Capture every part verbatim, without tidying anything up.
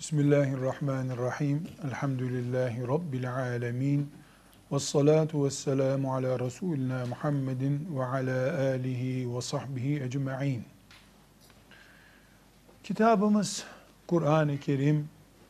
Bismillahirrahmanirrahim. Elhamdülillahi Rabbil alemin. Vessalatu vesselamu ala Resulina Muhammedin ve ala alihi ve sahbihi ecma'in. Kitabımız Kur'an-ı Kerim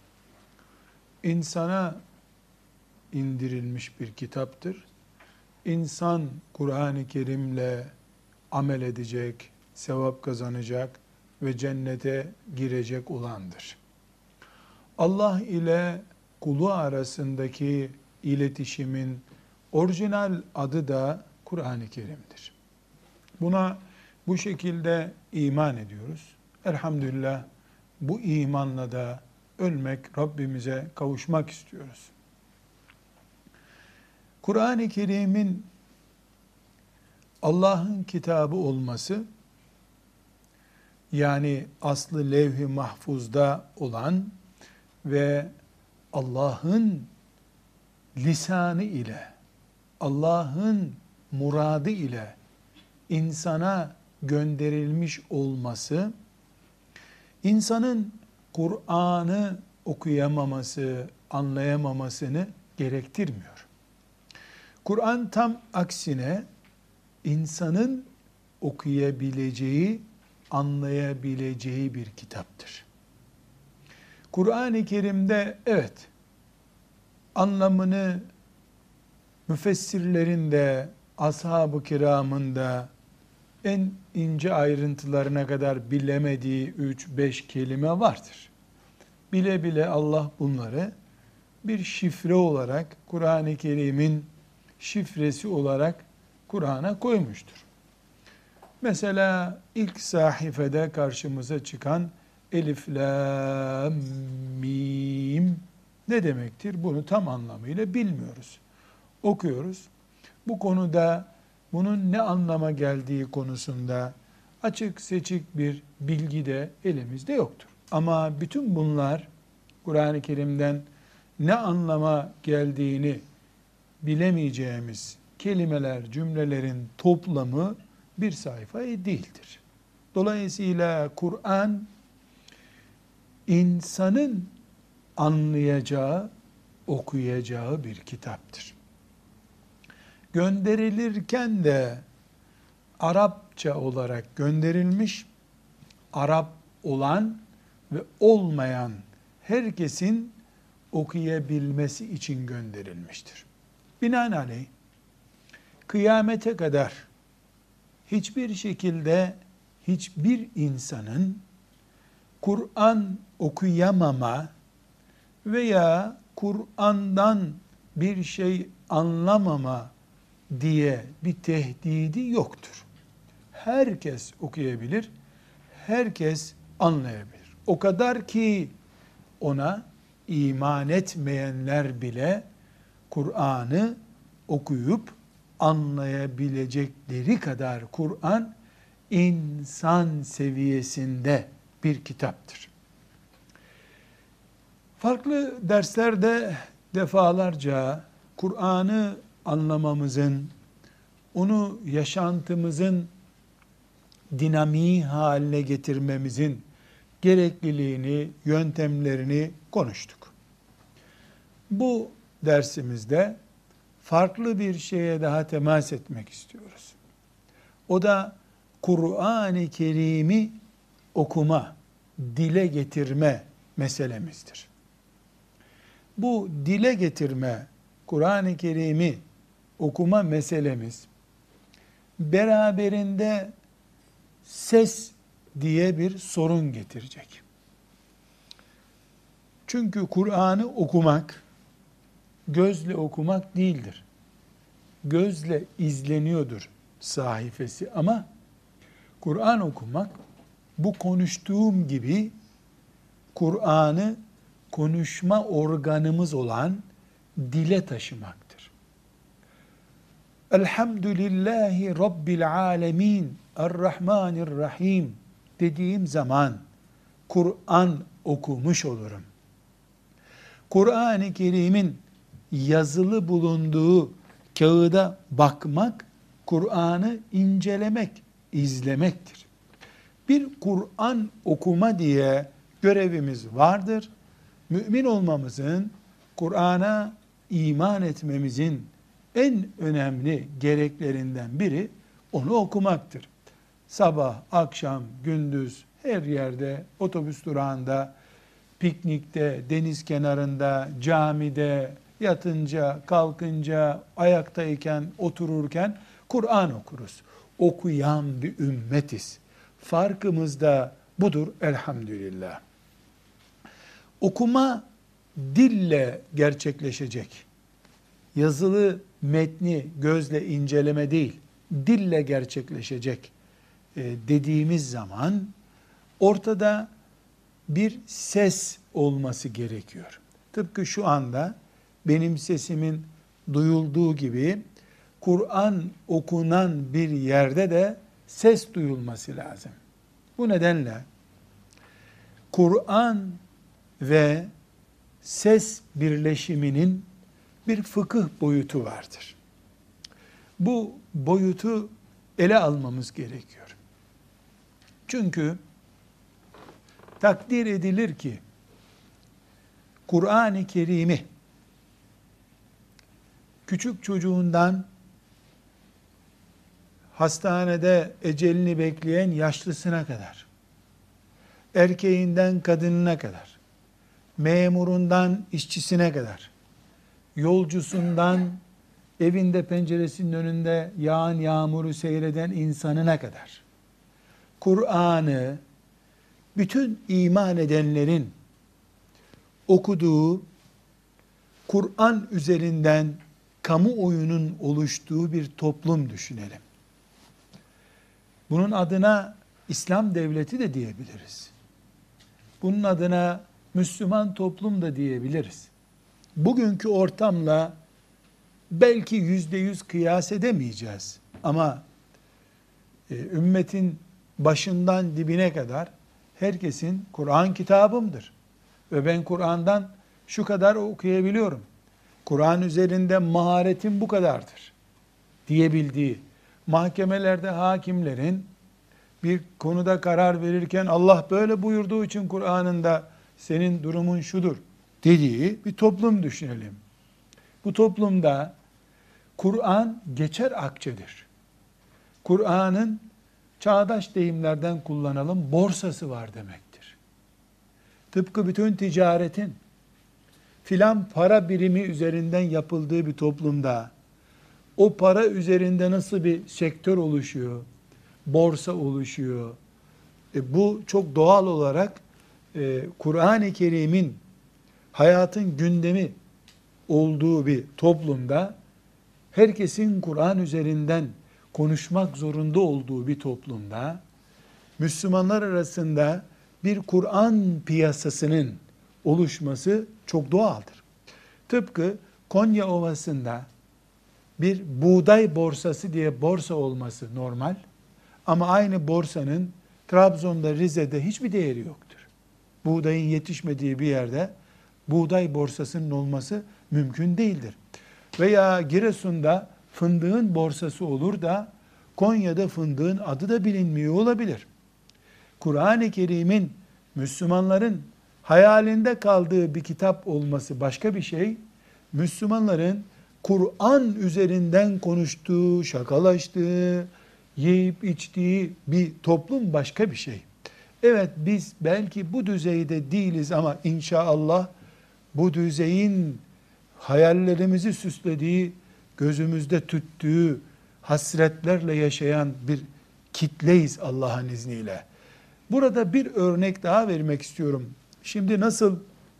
insana indirilmiş bir kitaptır. İnsan Kur'an-ı Kerim'le amel edecek, sevap kazanacak ve cennete girecek olandır. Allah ile kulu arasındaki iletişimin orijinal adı da Kur'an-ı Kerim'dir. Buna bu şekilde iman ediyoruz. Elhamdülillah bu imanla da ölmek, Rabbimize kavuşmak istiyoruz. Kur'an-ı Kerim'in Allah'ın kitabı olması, yani aslı levh-i mahfuzda olan ve Allah'ın lisanı ile, Allah'ın muradı ile insana gönderilmiş olması, insanın Kur'an'ı okuyamaması, anlayamamasını gerektirmiyor. Kur'an tam aksine insanın okuyabileceği, anlayabileceği bir kitaptır. Kur'an-ı Kerim'de evet, anlamını müfessirlerin de, ashab-ı kiramın da en ince ayrıntılarına kadar bilemediği üç beş kelime vardır. Bile bile Allah bunları bir şifre olarak, Kur'an-ı Kerim'in şifresi olarak Kur'an'a koymuştur. Mesela ilk sayfada karşımıza çıkan Elif, Lam, Mim ne demektir? Bunu tam anlamıyla bilmiyoruz. Okuyoruz. Bu konuda bunun ne anlama geldiği konusunda açık seçik bir bilgi de elimizde yoktur. Ama bütün bunlar Kur'an-ı Kerim'den ne anlama geldiğini bilemeyeceğimiz kelimeler, cümlelerin toplamı bir sayfa değildir. Dolayısıyla Kur'an insanın anlayacağı, okuyacağı bir kitaptır. Gönderilirken de Arapça olarak gönderilmiş, Arap olan ve olmayan herkesin okuyabilmesi için gönderilmiştir. Binaenaleyh kıyamete kadar hiçbir şekilde hiçbir insanın Kur'an okuyamama veya Kur'an'dan bir şey anlamama diye bir tehdidi yoktur. Herkes okuyabilir, herkes anlayabilir. O kadar ki ona iman etmeyenler bile Kur'an'ı okuyup anlayabilecekleri kadar Kur'an insan seviyesinde bir kitaptır. Farklı derslerde defalarca Kur'an'ı anlamamızın, onu yaşantımızın dinamiği haline getirmemizin gerekliliğini, yöntemlerini konuştuk. Bu dersimizde farklı bir şeye daha temas etmek istiyoruz. O da Kur'an-ı Kerim'i okuma, dile getirme meselemizdir. Bu dile getirme, Kur'an-ı Kerim'i okuma meselemiz beraberinde ses diye bir sorun getirecek. Çünkü Kur'an'ı okumak gözle okumak değildir. Gözle izleniyordur sayfası ama Kur'an okumak bu konuştuğum gibi Kur'an'ı konuşma organımız olan dile taşımaktır. Elhamdülillahi Rabbil alemin, Errahmanirrahim dediğim zaman Kur'an okumuş olurum. Kur'an-ı Kerim'in yazılı bulunduğu kağıda bakmak, Kur'an'ı incelemek, izlemektir. Bir Kur'an okuma diye görevimiz vardır. Mümin olmamızın, Kur'an'a iman etmemizin en önemli gereklerinden biri onu okumaktır. Sabah, akşam, gündüz, her yerde, otobüs durağında, piknikte, deniz kenarında, camide, yatınca, kalkınca, ayaktayken, otururken Kur'an okuruz. Okuyan bir ümmetiz. Farkımız da budur elhamdülillah. Okuma dille gerçekleşecek. Yazılı metni gözle inceleme değil, dille gerçekleşecek e, dediğimiz zaman ortada bir ses olması gerekiyor. Tıpkı şu anda benim sesimin duyulduğu gibi Kur'an okunan bir yerde de ses duyulması lazım. Bu nedenle Kur'an ve ses birleşiminin bir fıkıh boyutu vardır. Bu boyutu ele almamız gerekiyor. Çünkü takdir edilir ki Kur'an-ı Kerim'i küçük çocuğundan hastanede ecelini bekleyen yaşlısına kadar, erkeğinden kadınına kadar, memurundan işçisine kadar, yolcusundan evinde penceresinin önünde yağan yağmuru seyreden insanına kadar, Kur'an'ı bütün iman edenlerin okuduğu, Kur'an üzerinden kamuoyunun oluştuğu bir toplum düşünelim. Bunun adına İslam devleti de diyebiliriz. Bunun adına Müslüman toplum da diyebiliriz. Bugünkü ortamla belki yüzde yüz kıyas edemeyeceğiz. Ama e, ümmetin başından dibine kadar herkesin Kur'an kitabımdır. Ve ben Kur'an'dan şu kadar okuyabiliyorum. Kur'an üzerinde maharetim bu kadardır diyebildiği, mahkemelerde hakimlerin bir konuda karar verirken Allah böyle buyurduğu için Kur'an'ında senin durumun şudur dediği bir toplum düşünelim. Bu toplumda Kur'an geçer akçedir. Kur'an'ın çağdaş deyimlerden kullanalım borsası var demektir. Tıpkı bütün ticaretin filan para birimi üzerinden yapıldığı bir toplumda o para üzerinde nasıl bir sektör oluşuyor, borsa oluşuyor. E bu çok doğal olarak e, Kur'an-ı Kerim'in hayatın gündemi olduğu bir toplumda herkesin Kur'an üzerinden konuşmak zorunda olduğu bir toplumda Müslümanlar arasında bir Kur'an piyasasının oluşması çok doğaldır. Tıpkı Konya Ovası'nda bir buğday borsası diye borsa olması normal ama aynı borsanın Trabzon'da, Rize'de hiçbir değeri yoktur. Buğdayın yetişmediği bir yerde buğday borsasının olması mümkün değildir. Veya Giresun'da fındığın borsası olur da Konya'da fındığın adı da bilinmiyor olabilir. Kur'an-ı Kerim'in Müslümanların hayalinde kaldığı bir kitap olması başka bir şey. Müslümanların Kur'an üzerinden konuştuğu, şakalaştığı, yiyip içtiği bir toplum başka bir şey. Evet biz belki bu düzeyde değiliz ama inşallah bu düzeyin hayallerimizi süslediği, gözümüzde tüttüğü hasretlerle yaşayan bir kitleyiz Allah'ın izniyle. Burada bir örnek daha vermek istiyorum. Şimdi nasıl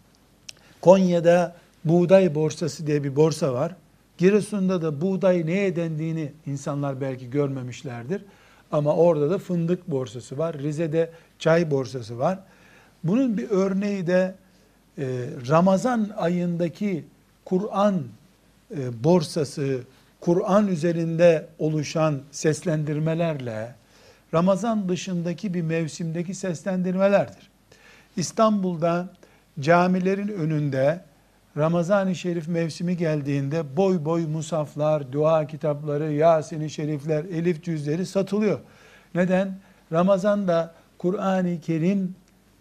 Konya'da buğday borsası diye bir borsa var. Giresun'da da buğday neye dendiğini insanlar belki görmemişlerdir. Ama orada da fındık borsası var. Rize'de çay borsası var. Bunun bir örneği de e, Ramazan ayındaki Kur'an e, borsası, Kur'an üzerinde oluşan seslendirmelerle Ramazan dışındaki bir mevsimdeki seslendirmelerdir. İstanbul'da camilerin önünde Ramazan-ı Şerif mevsimi geldiğinde boy boy musaflar, dua kitapları, Yasin-i Şerifler, Elif cüzleri satılıyor. Neden? Ramazan'da Kur'an-ı Kerim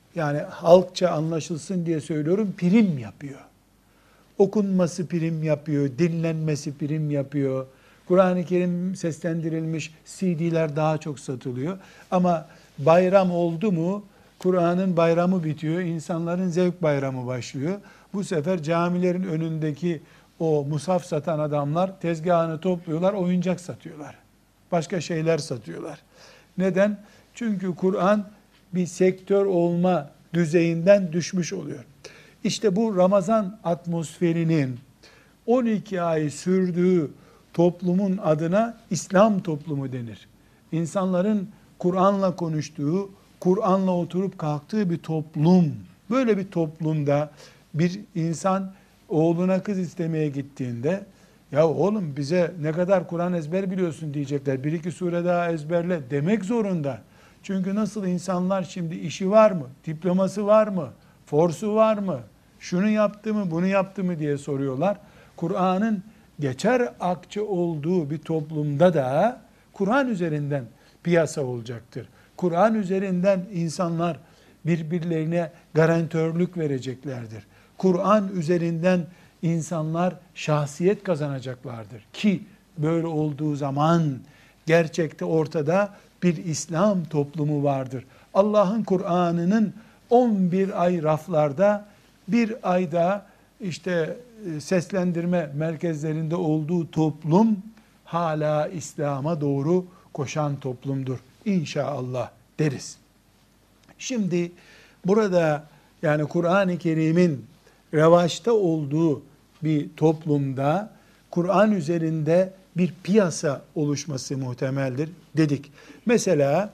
yani halkça anlaşılsın diye söylüyorum, prim yapıyor. Okunması prim yapıyor, dinlenmesi prim yapıyor. Kur'an-ı Kerim seslendirilmiş C D'ler daha çok satılıyor. Ama bayram oldu mu Kur'an'ın bayramı bitiyor, insanların zevk bayramı başlıyor. Bu sefer camilerin önündeki o musaf satan adamlar tezgahını topluyorlar, oyuncak satıyorlar. Başka şeyler satıyorlar. Neden? Çünkü Kur'an bir sektör olma düzeyinden düşmüş oluyor. İşte bu Ramazan atmosferinin on iki ay sürdüğü toplumun adına İslam toplumu denir. İnsanların Kur'an'la konuştuğu, Kur'an'la oturup kalktığı bir toplum. Böyle bir toplumda bir insan oğluna kız istemeye gittiğinde, ya oğlum bize ne kadar Kur'an ezber biliyorsun diyecekler. Bir iki sure daha ezberle demek zorunda. Çünkü nasıl insanlar şimdi işi var mı, diploması var mı, forsu var mı, şunu yaptı mı, bunu yaptı mı diye soruyorlar. Kur'an'ın geçer akçe olduğu bir toplumda da Kur'an üzerinden piyasa olacaktır. Kur'an üzerinden insanlar birbirlerine garantörlük vereceklerdir. Kur'an üzerinden insanlar şahsiyet kazanacaklardır. Ki böyle olduğu zaman gerçekte ortada bir İslam toplumu vardır. Allah'ın Kur'an'ının on bir ay raflarda, bir ayda işte seslendirme merkezlerinde olduğu toplum hala İslam'a doğru koşan toplumdur. İnşallah deriz. Şimdi burada yani Kur'an-ı Kerim'in revaçta olduğu bir toplumda Kur'an üzerinde bir piyasa oluşması muhtemeldir dedik. Mesela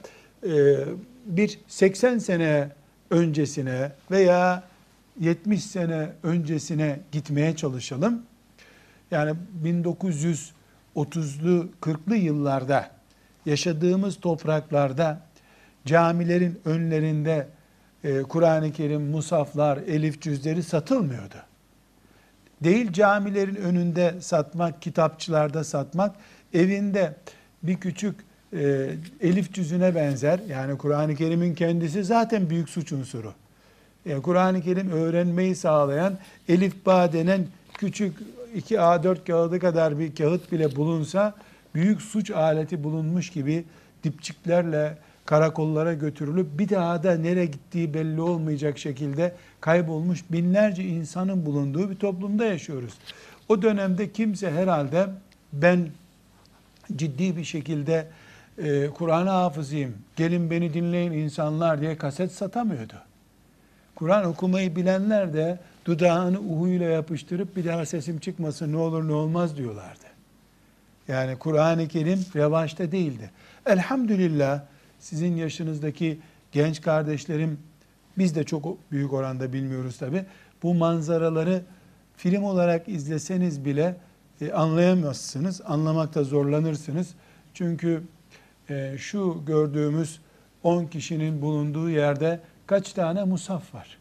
bir seksen sene öncesine veya yetmiş sene öncesine gitmeye çalışalım. Yani bin dokuz yüz otuzlu kırklı yıllarda yaşadığımız topraklarda camilerin önlerinde e, Kur'an-ı Kerim, musaflar, elif cüzleri satılmıyordu. Değil camilerin önünde satmak, kitapçılarda satmak, evinde bir küçük e, elif cüzüne benzer, yani Kur'an-ı Kerim'in kendisi zaten büyük suç unsuru. Yani Kur'an-ı Kerim öğrenmeyi sağlayan elifba denen küçük iki A dört kağıdı kadar bir kağıt bile bulunsa büyük suç aleti bulunmuş gibi dipçiklerle karakollara götürülüp bir daha da nereye gittiği belli olmayacak şekilde kaybolmuş binlerce insanın bulunduğu bir toplumda yaşıyoruz. O dönemde kimse herhalde ben ciddi bir şekilde e, Kur'an-ı hafızıyım, gelin beni dinleyin insanlar diye kaset satamıyordu. Kur'an okumayı bilenler de dudağını uhuyla yapıştırıp bir daha sesim çıkmasın ne olur ne olmaz diyorlardı. Yani Kur'an-ı Kerim revaçta değildi. Elhamdülillah sizin yaşınızdaki genç kardeşlerim, biz de çok büyük oranda bilmiyoruz tabi. Bu manzaraları film olarak izleseniz bile e, anlayamazsınız, anlamakta zorlanırsınız. Çünkü e, şu gördüğümüz on kişinin bulunduğu yerde kaç tane musaf var?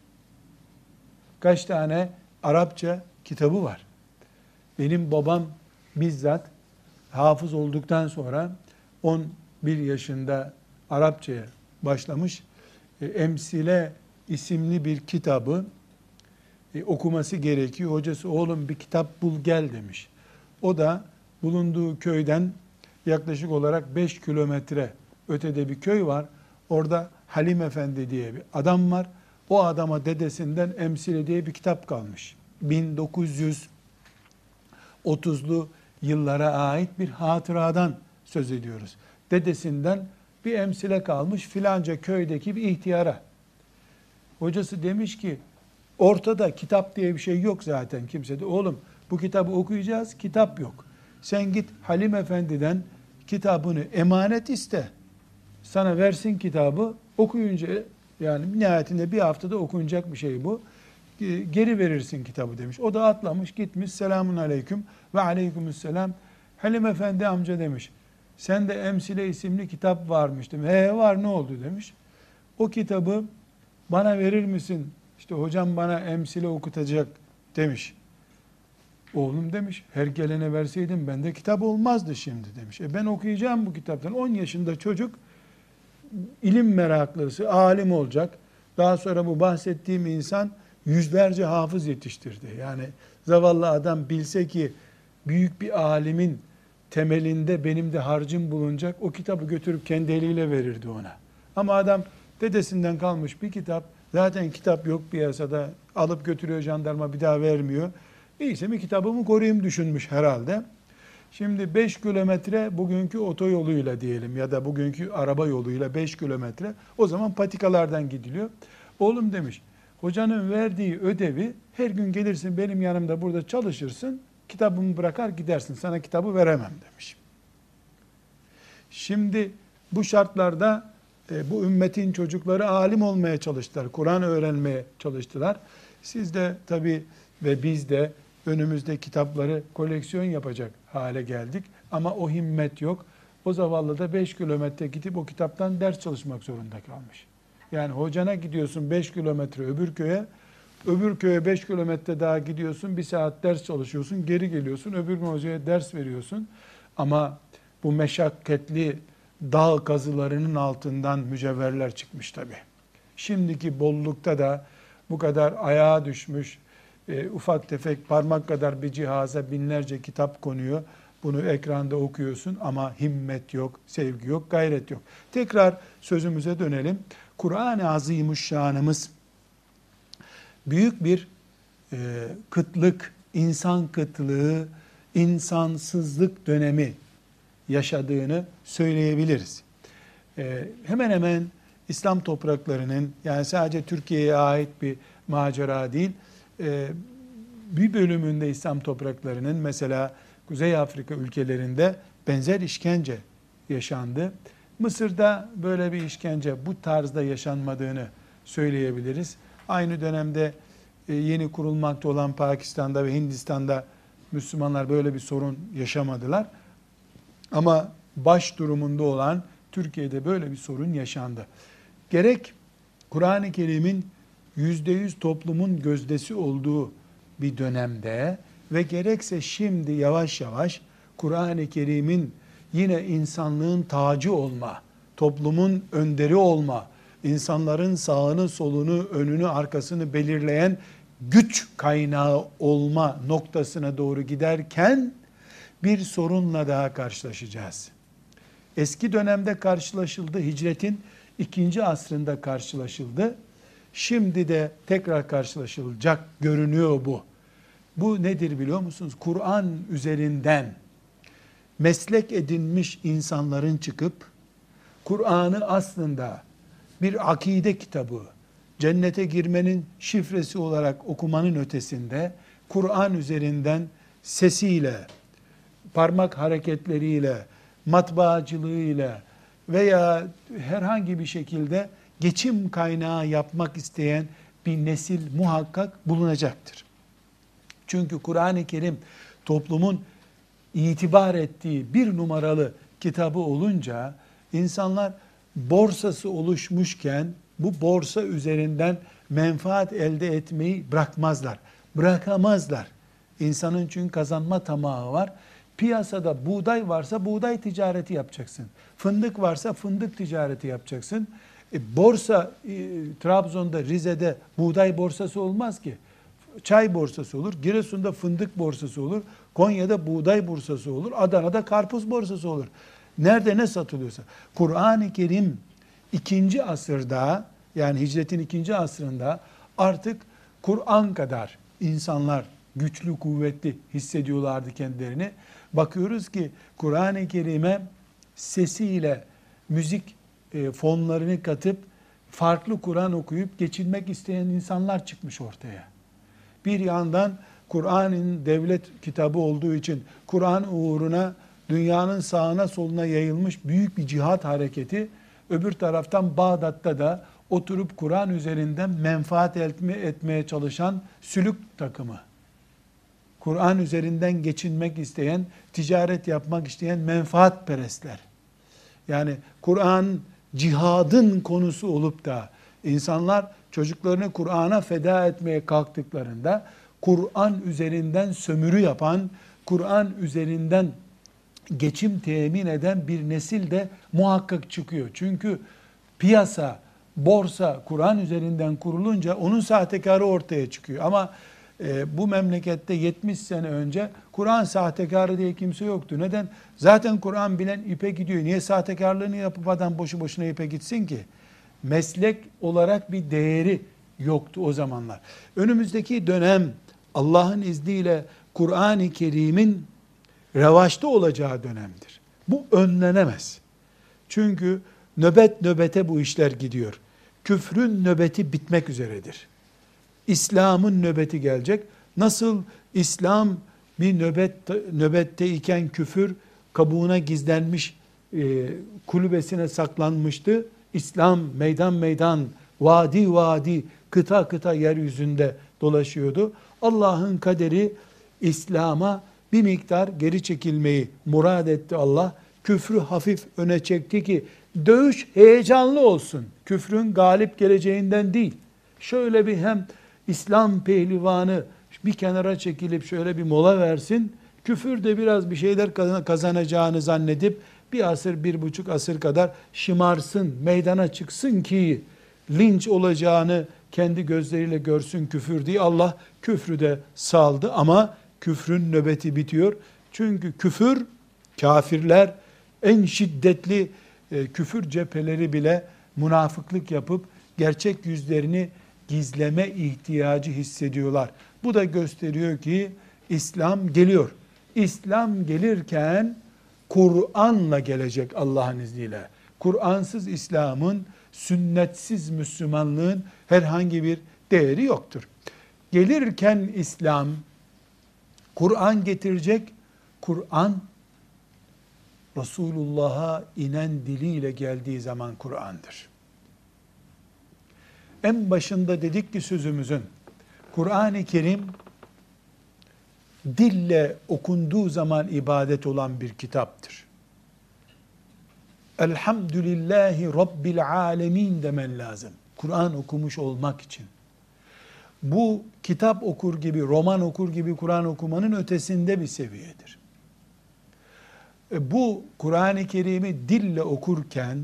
Kaç tane Arapça kitabı var? Benim babam bizzat hafız olduktan sonra on bir yaşında Arapçaya başlamış. E, Emsile isimli bir kitabı e, okuması gerekiyor. Hocası oğlum bir kitap bul gel demiş. O da bulunduğu köyden yaklaşık olarak beş kilometre ötede bir köy var. Orada Halim Efendi diye bir adam var. O adama dedesinden Emsile diye bir kitap kalmış. bin dokuz yüz otuzlu yıllara ait bir hatıradan söz ediyoruz. Dedesinden bir emsile kalmış filanca köydeki bir ihtiyara. Hocası demiş ki ortada kitap diye bir şey yok zaten kimsede. Oğlum bu kitabı okuyacağız, kitap yok. Sen git Halim Efendi'den kitabını emanet iste. Sana versin kitabı, okuyunca yani nihayetinde bir haftada okunacak bir şey bu. Geri verirsin kitabı demiş. O da atlamış gitmiş, selamun aleyküm ve aleykümselam. Halim Efendi amca demiş, sen de Emsile isimli kitap varmış demiş. He var ne oldu demiş. O kitabı bana verir misin? İşte hocam bana Emsile okutacak demiş. Oğlum demiş, her gelene verseydim bende kitap olmazdı şimdi demiş. E ben okuyacağım bu kitaptan. on yaşında çocuk ilim meraklısı, alim olacak. Daha sonra bu bahsettiğim insan yüzlerce hafız yetiştirdi. Yani zavallı adam bilse ki büyük bir alimin temelinde benim de harcım bulunacak, o kitabı götürüp kendi eliyle verirdi ona. Ama adam dedesinden kalmış bir kitap, zaten kitap yok piyasada, alıp götürüyor jandarma, bir daha vermiyor. İyiyse bir kitabımı koruyayım düşünmüş herhalde. Şimdi beş kilometre bugünkü otoyoluyla diyelim ya da bugünkü araba yoluyla beş kilometre, o zaman patikalardan gidiliyor. Oğlum demiş, hocanın verdiği ödevi her gün gelirsin benim yanımda burada çalışırsın, kitabımı bırakar gidersin, sana kitabı veremem demiş. Şimdi bu şartlarda e, bu ümmetin çocukları alim olmaya çalıştılar, Kur'an öğrenmeye çalıştılar. Siz de tabii ve biz de önümüzde kitapları koleksiyon yapacak hale geldik. Ama o himmet yok. O zavallı da beş kilometre gidip o kitaptan ders çalışmak zorunda kalmış. Yani hocana gidiyorsun beş kilometre öbür köye, öbür köye beş kilometre daha gidiyorsun, bir saat ders çalışıyorsun, geri geliyorsun, öbür gün hocaya ders veriyorsun. Ama bu meşakkatli dağ kazılarının altından mücevherler çıkmış tabii. Şimdiki bollukta da bu kadar ayağa düşmüş, e, ufak tefek parmak kadar bir cihaza binlerce kitap konuyor. Bunu ekranda okuyorsun ama himmet yok, sevgi yok, gayret yok. Tekrar sözümüze dönelim. Kur'an-ı Azimüşşanımız büyük bir e, kıtlık, insan kıtlığı, insansızlık dönemi yaşadığını söyleyebiliriz. E, hemen hemen İslam topraklarının, yani sadece Türkiye'ye ait bir macera değil, e, bir bölümünde İslam topraklarının, mesela Kuzey Afrika ülkelerinde benzer işkence yaşandı. Mısır'da böyle bir işkence bu tarzda yaşanmadığını söyleyebiliriz. Aynı dönemde yeni kurulmakta olan Pakistan'da ve Hindistan'da Müslümanlar böyle bir sorun yaşamadılar. Ama baş durumunda olan Türkiye'de böyle bir sorun yaşandı. Gerek Kur'an-ı Kerim'in yüzde yüz toplumun gözdesi olduğu bir dönemde ve gerekse şimdi yavaş yavaş Kur'an-ı Kerim'in yine insanlığın tacı olma, toplumun önderi olma, insanların sağını, solunu, önünü, arkasını belirleyen güç kaynağı olma noktasına doğru giderken bir sorunla daha karşılaşacağız. Eski dönemde karşılaşıldı, hicretin ikinci asrında karşılaşıldı. Şimdi de tekrar karşılaşılacak görünüyor bu. Bu nedir biliyor musunuz? Kur'an üzerinden meslek edinmiş insanların çıkıp Kur'an'ı aslında bir akide kitabı, cennete girmenin şifresi olarak okumanın ötesinde Kur'an üzerinden sesiyle, parmak hareketleriyle, matbaacılığıyla veya herhangi bir şekilde geçim kaynağı yapmak isteyen bir nesil muhakkak bulunacaktır. Çünkü Kur'an-ı Kerim toplumun itibar ettiği bir numaralı kitabı olunca insanlar borsası oluşmuşken bu borsa üzerinden menfaat elde etmeyi bırakmazlar. Bırakamazlar. İnsanın çünkü kazanma tamahı var. Piyasada buğday varsa buğday ticareti yapacaksın. Fındık varsa fındık ticareti yapacaksın. E, borsa e, Trabzon'da, Rize'de buğday borsası olmaz ki. Çay borsası olur, Giresun'da fındık borsası olur, Konya'da buğday borsası olur, Adana'da karpuz borsası olur. Nerede ne satılıyorsa. Kur'an-ı Kerim ikinci asırda, yani hicretin ikinci asrında artık Kur'an kadar insanlar güçlü, kuvvetli hissediyorlardı kendilerini. Bakıyoruz ki Kur'an-ı Kerim'e sesiyle müzik e, fonlarını katıp farklı Kur'an okuyup geçinmek isteyen insanlar çıkmış ortaya. Bir yandan Kur'an'ın devlet kitabı olduğu için Kur'an uğruna dünyanın sağına soluna yayılmış büyük bir cihat hareketi, öbür taraftan Bağdat'ta da oturup Kur'an üzerinden menfaat elde etmeye çalışan sülük takımı. Kur'an üzerinden geçinmek isteyen, ticaret yapmak isteyen menfaatperestler. Yani Kur'an cihadın konusu olup da insanlar çocuklarını Kur'an'a feda etmeye kalktıklarında Kur'an üzerinden sömürü yapan, Kur'an üzerinden geçim temin eden bir nesil de muhakkak çıkıyor. Çünkü piyasa borsa Kur'an üzerinden kurulunca onun sahtekarı ortaya çıkıyor. Ama e, bu memlekette yetmiş sene önce Kur'an sahtekarı diye kimse yoktu. Neden? Zaten Kur'an bilen ipe gidiyor. Niye sahtekarlığını yapıp adam boşu boşuna ipe gitsin ki? Meslek olarak bir değeri yoktu o zamanlar. Önümüzdeki dönem Allah'ın izniyle Kur'an-ı Kerim'in revaçta olacağı dönemdir. Bu önlenemez. Çünkü nöbet nöbete bu işler gidiyor. Küfrün nöbeti bitmek üzeredir. İslam'ın nöbeti gelecek. Nasıl İslam bir nöbet nöbette iken küfür kabuğuna gizlenmiş, e, kulübesine saklanmıştı. İslam meydan meydan, vadi vadi, kıta kıta yeryüzünde dolaşıyordu. Allah'ın kaderi İslam'a bir miktar geri çekilmeyi murad etti Allah. Küfrü hafif öne çekti ki dövüş heyecanlı olsun. Küfrün galip geleceğinden değil. Şöyle bir hem İslam pehlivanı bir kenara çekilip şöyle bir mola versin. Küfür de biraz bir şeyler kazanacağını zannedip bir asır, bir buçuk asır kadar şımarsın, meydana çıksın ki linç olacağını kendi gözleriyle görsün küfür diye Allah küfrü de saldı ama küfrün nöbeti bitiyor. Çünkü küfür, kafirler en şiddetli e, küfür cepheleri bile münafıklık yapıp gerçek yüzlerini gizleme ihtiyacı hissediyorlar. Bu da gösteriyor ki İslam geliyor. İslam gelirken Kur'an'la gelecek Allah'ın izniyle. Kur'ansız İslam'ın, sünnetsiz Müslümanlığın herhangi bir değeri yoktur. Gelirken İslam, Kur'an getirecek. Kur'an, Resulullah'a inen diliyle geldiği zaman Kur'an'dır. En başında dedik ki sözümüzün, Kur'an-ı Kerim, dille okunduğu zaman ibadet olan bir kitaptır. Elhamdülillahi Rabbil alemin demen lazım. Kur'an okumuş olmak için. Bu kitap okur gibi, roman okur gibi Kur'an okumanın ötesinde bir seviyedir. Bu Kur'an-ı Kerim'i dille okurken,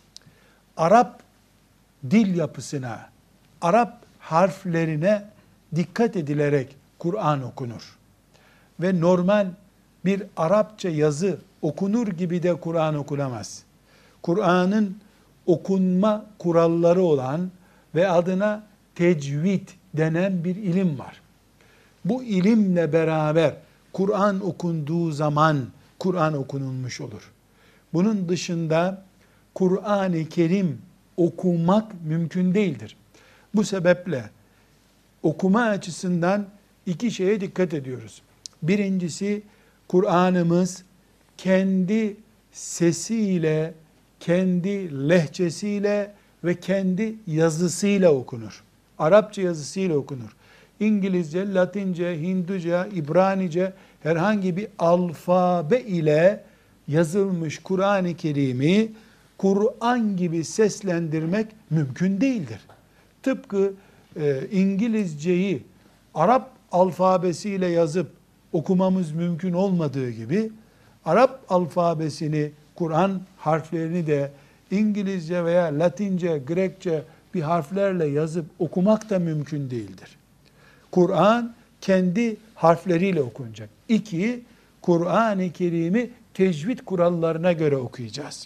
Arap dil yapısına, Arap harflerine dikkat edilerek Kur'an okunur. Ve normal bir Arapça yazı okunur gibi de Kur'an okunamaz. Kur'an'ın okunma kuralları olan ve adına tecvid denen bir ilim var. Bu ilimle beraber Kur'an okunduğu zaman Kur'an okunulmuş olur. Bunun dışında Kur'an-ı Kerim okumak mümkün değildir. Bu sebeple okuma açısından iki şeye dikkat ediyoruz. Birincisi, Kur'an'ımız kendi sesiyle, kendi lehçesiyle ve kendi yazısıyla okunur. Arapça yazısıyla okunur. İngilizce, Latince, Hinduca, İbranice herhangi bir alfabe ile yazılmış Kur'an-ı Kerim'i Kur'an gibi seslendirmek mümkün değildir. Tıpkı e, İngilizceyi Arap alfabesiyle yazıp okumamız mümkün olmadığı gibi Arap alfabesini, Kur'an harflerini de İngilizce veya Latince, Grekçe bir harflerle yazıp okumak da mümkün değildir. Kur'an kendi harfleriyle okunacak. İki, Kur'an-ı Kerim'i tecvid kurallarına göre okuyacağız.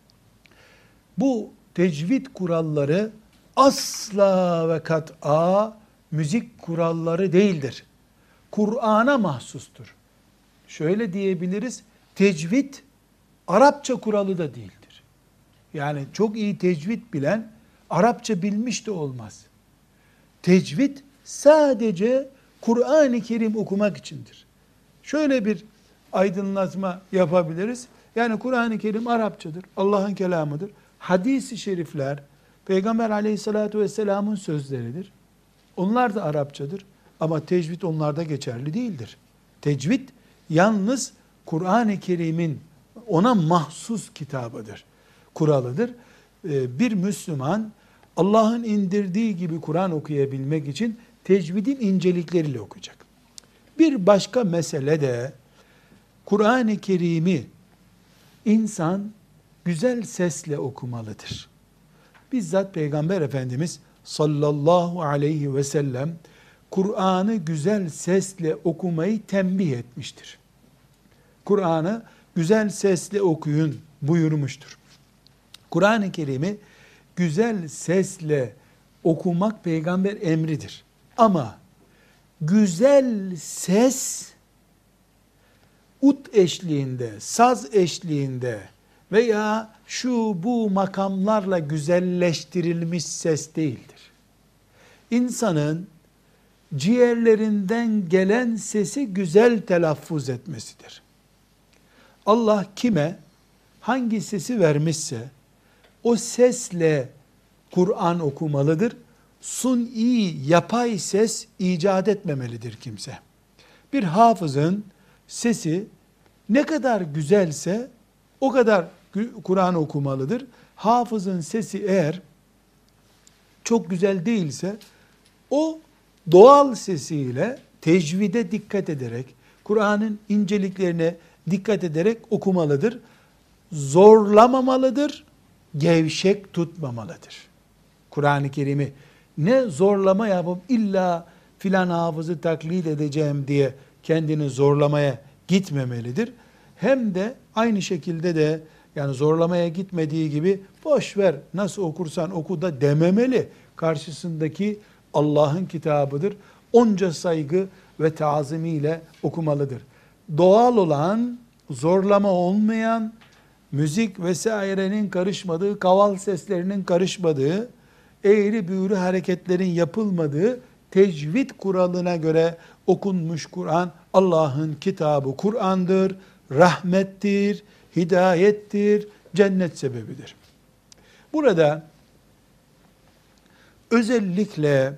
Bu tecvid kuralları asla ve kat'a müzik kuralları değildir. Kur'an'a mahsustur. Şöyle diyebiliriz, tecvid Arapça kuralı da değildir. Yani çok iyi tecvid bilen Arapça bilmiş de olmaz. Tecvid sadece Kur'an-ı Kerim okumak içindir. Şöyle bir aydınlatma yapabiliriz. Yani Kur'an-ı Kerim Arapçadır, Allah'ın kelamıdır. Hadis-i şerifler, Peygamber aleyhissalatü vesselamın sözleridir. Onlar da Arapçadır ama tecvid onlarda geçerli değildir. Tecvid yalnız Kur'an-ı Kerim'in ona mahsus kitabıdır, kuralıdır. Bir Müslüman Allah'ın indirdiği gibi Kur'an okuyabilmek için tecvidin incelikleriyle okuyacak. Bir başka mesele de Kur'an-ı Kerim'i insan güzel sesle okumalıdır. Bizzat Peygamber Efendimiz sallallahu aleyhi ve sellem Kur'an'ı güzel sesle okumayı tembih etmiştir. Kur'an'ı güzel sesle okuyun buyurmuştur. Kur'an-ı Kerim'i güzel sesle okumak peygamber emridir. Ama güzel ses ut eşliğinde, saz eşliğinde veya şu bu makamlarla güzelleştirilmiş ses değildir. İnsanın ciğerlerinden gelen sesi güzel telaffuz etmesidir. Allah kime hangi sesi vermişse o sesle Kur'an okumalıdır. Suni, yapay ses icat etmemelidir kimse. Bir hafızın sesi ne kadar güzelse o kadar Kur'an okumalıdır. Hafızın sesi eğer çok güzel değilse o doğal sesiyle tecvide dikkat ederek, Kur'an'ın inceliklerine dikkat ederek okumalıdır. Zorlamamalıdır, gevşek tutmamalıdır. Kur'an-ı Kerim'i ne zorlama yapıp illa filan hafızı taklit edeceğim diye kendini zorlamaya gitmemelidir. Hem de aynı şekilde de yani zorlamaya gitmediği gibi boş ver nasıl okursan oku da dememeli. Karşısındaki Allah'ın kitabıdır. Onca saygı ve taazimiyle okumalıdır. Doğal olan, zorlama olmayan, müzik vesairenin karışmadığı, kaval seslerinin karışmadığı, eğri büğrü hareketlerin yapılmadığı tecvid kuralına göre okunmuş Kur'an, Allah'ın kitabı Kur'an'dır, rahmettir, hidayettir, cennet sebebidir. Burada özellikle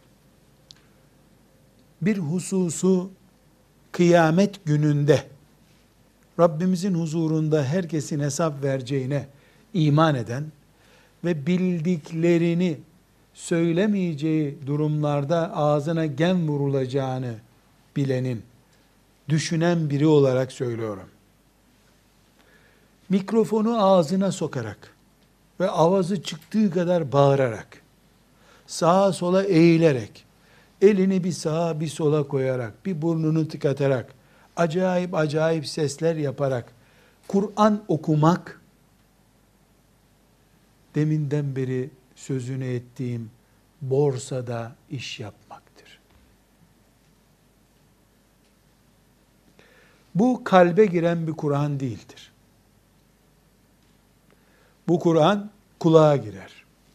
bir hususu kıyamet gününde Rabbimizin huzurunda herkesin hesap vereceğine iman eden ve bildiklerini söylemeyeceği durumlarda ağzına gem vurulacağını bilenin, düşünen biri olarak söylüyorum. Mikrofonu ağzına sokarak ve avazı çıktığı kadar bağırarak, sağa sola eğilerek, elini bir sağa bir sola koyarak, bir burnunu tıkatarak, acayip acayip sesler yaparak Kur'an okumak, deminden beri sözünü ettiğim borsada iş yapmaktır. Bu kalbe giren bir Kur'an değildir. Bu Kur'an kulağa girer.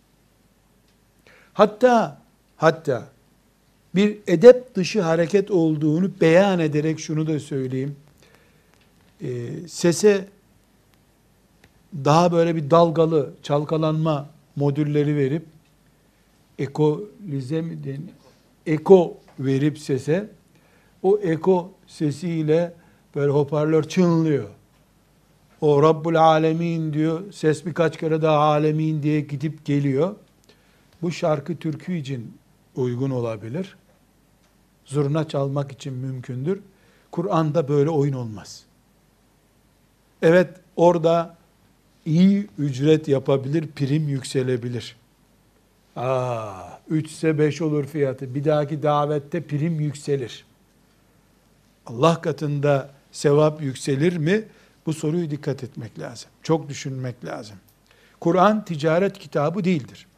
Hatta hatta bir edep dışı hareket olduğunu beyan ederek şunu da söyleyeyim. E, sese daha böyle bir dalgalı, çalkalanma modülleri verip ekolize mi deniyor? Eko verip sese, o eko sesiyle böyle hoparlör çınlıyor. O Rabbul Alemin diyor, ses birkaç kere daha Alemin diye gidip geliyor. Bu şarkı türkü için uygun olabilir. Zurna çalmak için mümkündür. Kur'an'da böyle oyun olmaz. Evet, orada iyi ücret yapabilir, prim yükselebilir. Aa, üçse beş olur fiyatı. Bir dahaki davette prim yükselir. Allah katında sevap yükselir mi? Bu soruyu dikkat etmek lazım. Çok düşünmek lazım. Kur'an ticaret kitabı değildir.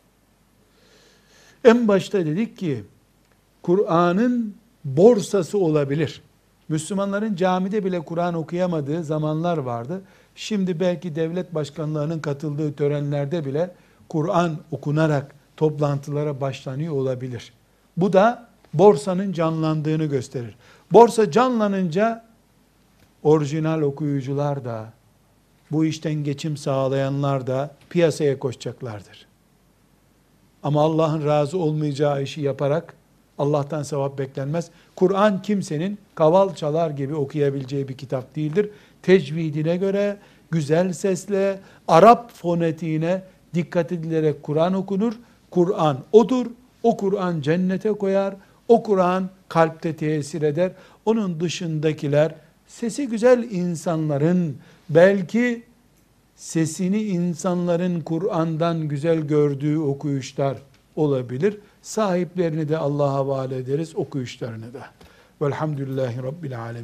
En başta dedik ki, Kur'an'ın borsası olabilir. Müslümanların camide bile Kur'an okuyamadığı zamanlar vardı. Şimdi belki devlet başkanlarının katıldığı törenlerde bile Kur'an okunarak toplantılara başlanıyor olabilir. Bu da borsanın canlandığını gösterir. Borsa canlanınca orijinal okuyucular da, bu işten geçim sağlayanlar da piyasaya koşacaklardır. Ama Allah'ın razı olmayacağı işi yaparak Allah'tan sevap beklenmez. Kur'an kimsenin kaval çalar gibi okuyabileceği bir kitap değildir. Tecvidine göre güzel sesle, Arap fonetiğine dikkat edilerek Kur'an okunur. Kur'an odur. O Kur'an cennete koyar. O Kur'an kalpte tesir eder. Onun dışındakiler sesi güzel insanların belki sesini insanların Kur'an'dan güzel gördüğü okuyuşlar olabilir. Sahiplerini de Allah'a havale ederiz, okuyuşlarını da. Velhamdülillahi Rabbil alemin.